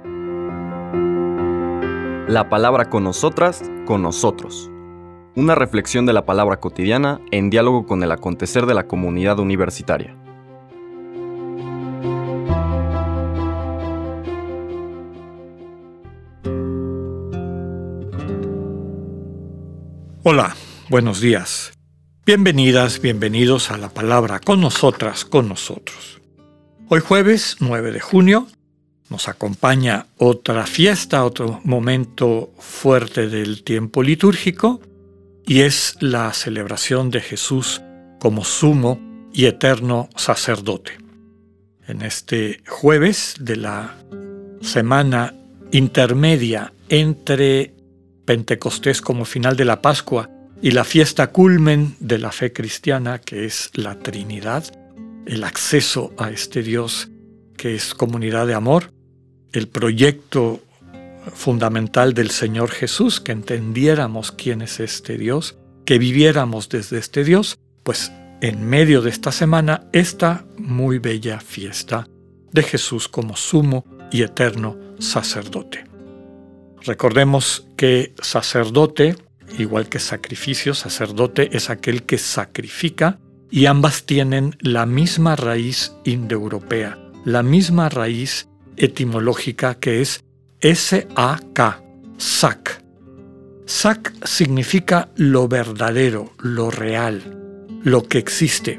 La palabra con nosotras, con nosotros. Una reflexión de la palabra cotidiana en diálogo con el acontecer de la comunidad universitaria. Hola, buenos días. Bienvenidas, bienvenidos a la palabra con nosotras, con nosotros. Hoy jueves 9 de junio nos acompaña otra fiesta, otro momento fuerte del tiempo litúrgico, y es la celebración de Jesús como sumo y eterno sacerdote. En este jueves de la semana intermedia entre Pentecostés como final de la Pascua y la fiesta culmen de la fe cristiana, que es la Trinidad, el acceso a este Dios que es comunidad de amor, el proyecto fundamental del Señor Jesús, que entendiéramos quién es este Dios, que viviéramos desde este Dios, pues en medio de esta semana, esta muy bella fiesta de Jesús como sumo y eterno sacerdote. Recordemos que sacerdote, igual que sacrificio, sacerdote es aquel que sacrifica, y ambas tienen la misma raíz indoeuropea, la misma raíz etimológica que es S-A-K, sac. Sac significa lo verdadero, lo real, lo que existe.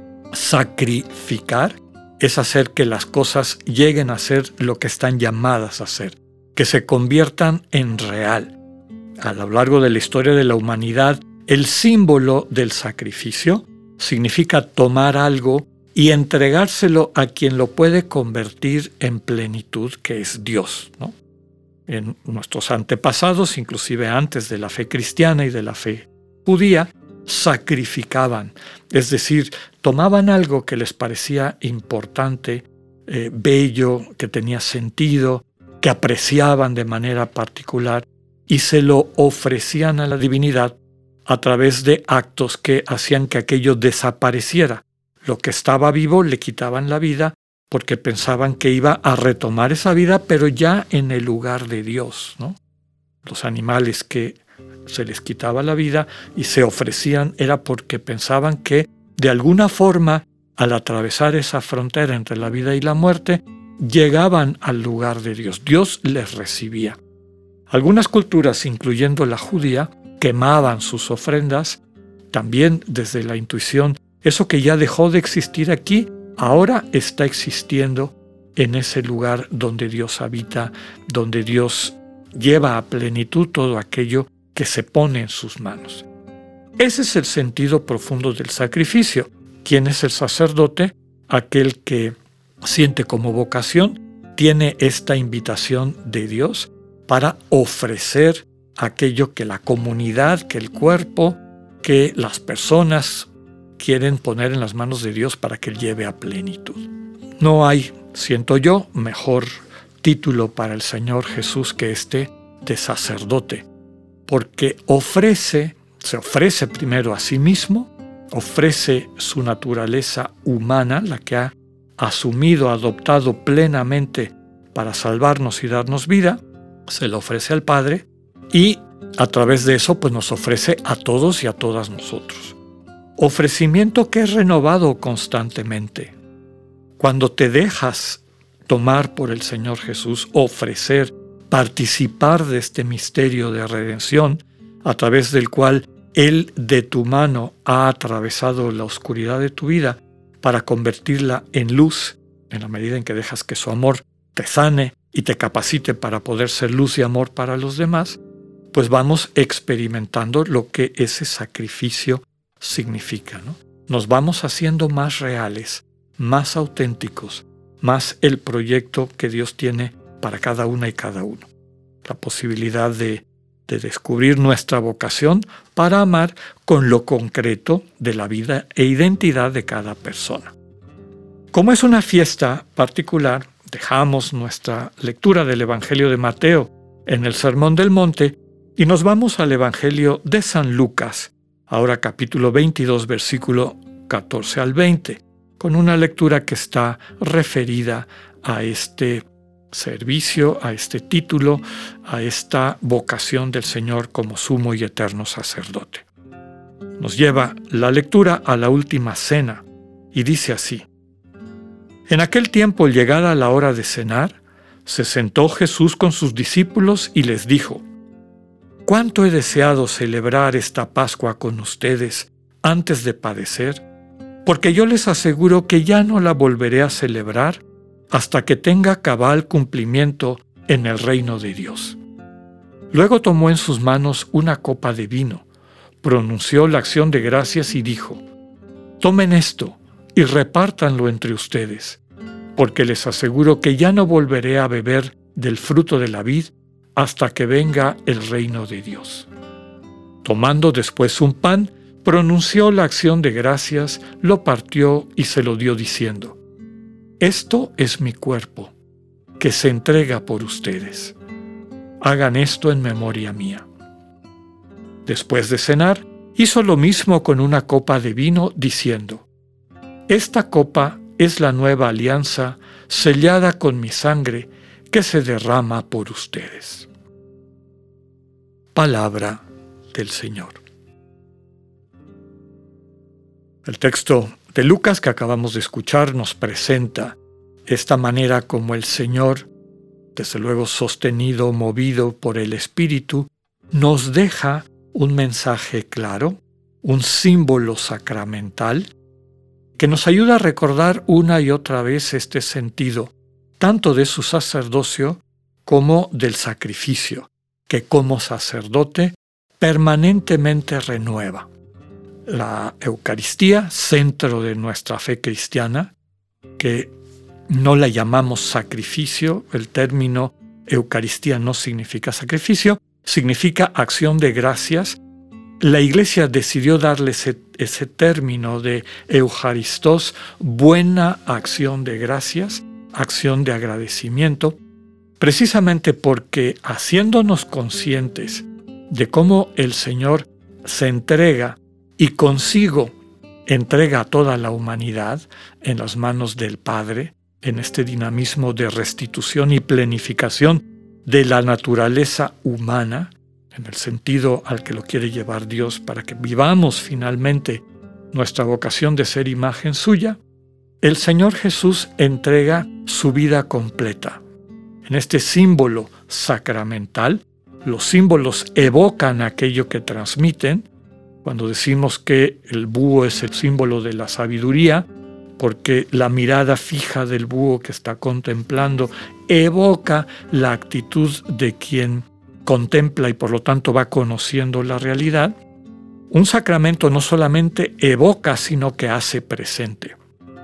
Sacrificar es hacer que las cosas lleguen a ser lo que están llamadas a ser, que se conviertan en real. A lo largo de la historia de la humanidad, el símbolo del sacrificio significa tomar algo y entregárselo a quien lo puede convertir en plenitud, que es Dios, ¿no? En nuestros antepasados, inclusive antes de la fe cristiana y de la fe judía, sacrificaban, es decir, tomaban algo que les parecía importante, bello, que tenía sentido, que apreciaban de manera particular, y se lo ofrecían a la divinidad a través de actos que hacían que aquello desapareciera. Lo que estaba vivo le quitaban la vida porque pensaban que iba a retomar esa vida, pero ya en el lugar de Dios, ¿no? Los animales que se les quitaba la vida y se ofrecían era porque pensaban que de alguna forma, al atravesar esa frontera entre la vida y la muerte, llegaban al lugar de Dios. Dios les recibía. Algunas culturas, incluyendo la judía, quemaban sus ofrendas, también desde la intuición. Eso que ya dejó de existir aquí, ahora está existiendo en ese lugar donde Dios habita, donde Dios lleva a plenitud todo aquello que se pone en sus manos. Ese es el sentido profundo del sacrificio. ¿Quién es el sacerdote? Aquel que siente como vocación, tiene esta invitación de Dios para ofrecer aquello que la comunidad, que el cuerpo, que las personas quieren poner en las manos de Dios para que Él lleve a plenitud. No hay, siento yo, mejor título para el Señor Jesús que este de sacerdote, porque se ofrece primero a sí mismo, ofrece su naturaleza humana, la que ha asumido, adoptado plenamente para salvarnos y darnos vida, se lo ofrece al Padre y a través de eso pues nos ofrece a todos y a todas nosotros. Ofrecimiento que es renovado constantemente. Cuando te dejas tomar por el Señor Jesús, ofrecer, participar de este misterio de redención a través del cual Él de tu mano ha atravesado la oscuridad de tu vida para convertirla en luz, en la medida en que dejas que su amor te sane y te capacite para poder ser luz y amor para los demás, pues vamos experimentando lo que ese sacrificio significa, ¿no? Nos vamos haciendo más reales, más auténticos, más el proyecto que Dios tiene para cada una y cada uno. La posibilidad de descubrir nuestra vocación para amar con lo concreto de la vida e identidad de cada persona. Como es una fiesta particular, dejamos nuestra lectura del Evangelio de Mateo en el Sermón del Monte y nos vamos al Evangelio de San Lucas, ahora capítulo 22, versículo 14 al 20, con una lectura que está referida a este servicio, a este título, a esta vocación del Señor como sumo y eterno sacerdote. Nos lleva la lectura a la última cena y dice así: En aquel tiempo, llegada la hora de cenar, se sentó Jesús con sus discípulos y les dijo: «¿Cuánto he deseado celebrar esta Pascua con ustedes antes de padecer? Porque yo les aseguro que ya no la volveré a celebrar hasta que tenga cabal cumplimiento en el reino de Dios». Luego tomó en sus manos una copa de vino, pronunció la acción de gracias y dijo: «Tomen esto y repártanlo entre ustedes, porque les aseguro que ya no volveré a beber del fruto de la vid hasta que venga el reino de Dios». Tomando después un pan, pronunció la acción de gracias, lo partió y se lo dio diciendo: «Esto es mi cuerpo, que se entrega por ustedes. Hagan esto en memoria mía». Después de cenar, hizo lo mismo con una copa de vino, diciendo: «Esta copa es la nueva alianza sellada con mi sangre que se derrama por ustedes». Palabra del Señor. El texto de Lucas que acabamos de escuchar nos presenta esta manera como el Señor, desde luego sostenido, movido por el Espíritu, nos deja un mensaje claro, un símbolo sacramental, que nos ayuda a recordar una y otra vez este sentido, tanto de su sacerdocio como del sacrificio, que como sacerdote permanentemente renueva. La Eucaristía, centro de nuestra fe cristiana, que no la llamamos sacrificio, el término Eucaristía no significa sacrificio, significa acción de gracias. La Iglesia decidió darle ese término de Eucharistos, buena acción de gracias, acción de agradecimiento, precisamente porque, haciéndonos conscientes de cómo el Señor se entrega y consigo entrega a toda la humanidad en las manos del Padre, en este dinamismo de restitución y plenificación de la naturaleza humana, en el sentido al que lo quiere llevar Dios para que vivamos finalmente nuestra vocación de ser imagen suya, el Señor Jesús entrega su vida completa. En este símbolo sacramental, los símbolos evocan aquello que transmiten. Cuando decimos que el búho es el símbolo de la sabiduría, porque la mirada fija del búho que está contemplando evoca la actitud de quien contempla y por lo tanto va conociendo la realidad, un sacramento no solamente evoca, sino que hace presente.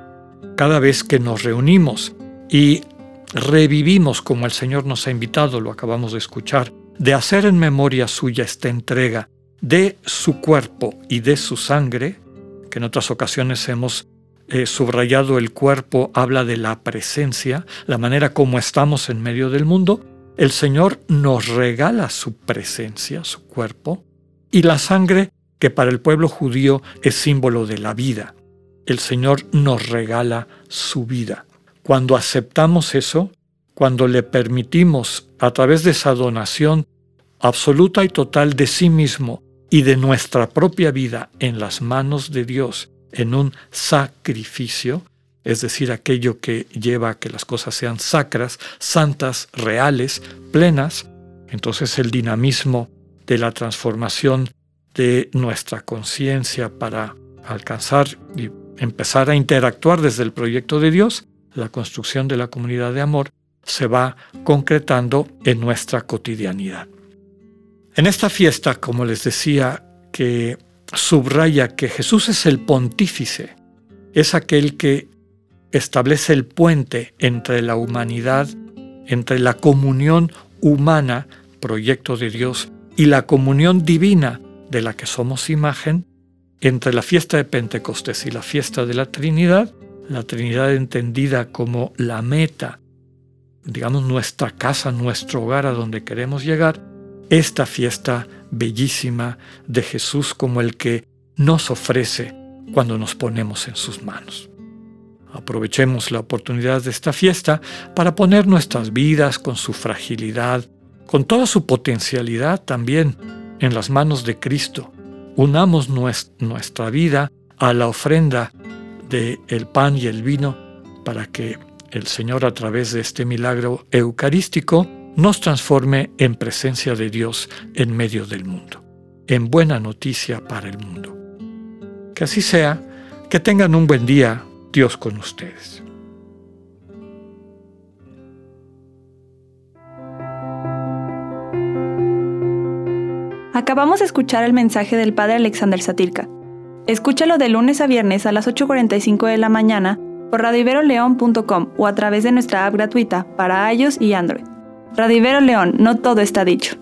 Cada vez que nos reunimos y revivimos, como el Señor nos ha invitado, lo acabamos de escuchar, de hacer en memoria suya esta entrega de su cuerpo y de su sangre, que en otras ocasiones hemos subrayado el cuerpo, habla de la presencia, la manera como estamos en medio del mundo. El Señor nos regala su presencia, su cuerpo, y la sangre, que para el pueblo judío es símbolo de la vida. El Señor nos regala su vida. Cuando aceptamos eso, cuando le permitimos, a través de esa donación absoluta y total de sí mismo y de nuestra propia vida en las manos de Dios, en un sacrificio, es decir, aquello que lleva a que las cosas sean sacras, santas, reales, plenas, entonces el dinamismo de la transformación de nuestra conciencia para alcanzar y empezar a interactuar desde el proyecto de Dios, la construcción de la comunidad de amor, se va concretando en nuestra cotidianidad. En esta fiesta, como les decía, que subraya que Jesús es el pontífice, es aquel que establece el puente entre la humanidad, entre la comunión humana, proyecto de Dios, y la comunión divina de la que somos imagen, entre la fiesta de Pentecostés y la fiesta de la Trinidad entendida como la meta, digamos nuestra casa, nuestro hogar a donde queremos llegar, esta fiesta bellísima de Jesús como el que nos ofrece cuando nos ponemos en sus manos. Aprovechemos la oportunidad de esta fiesta para poner nuestras vidas con su fragilidad, con toda su potencialidad también, en las manos de Cristo. Unamos nuestra vida a la ofrenda del pan y el vino para que el Señor, a través de este milagro eucarístico, nos transforme en presencia de Dios en medio del mundo, en buena noticia para el mundo. Que así sea, que tengan un buen día, Dios con ustedes. Acabamos de escuchar el mensaje del Padre Alexander Satirka. Escúchalo de lunes a viernes a las 8:45 de la mañana por radioiveroleón.com o a través de nuestra app gratuita para iOS y Android. Radio Ibero León, no todo está dicho.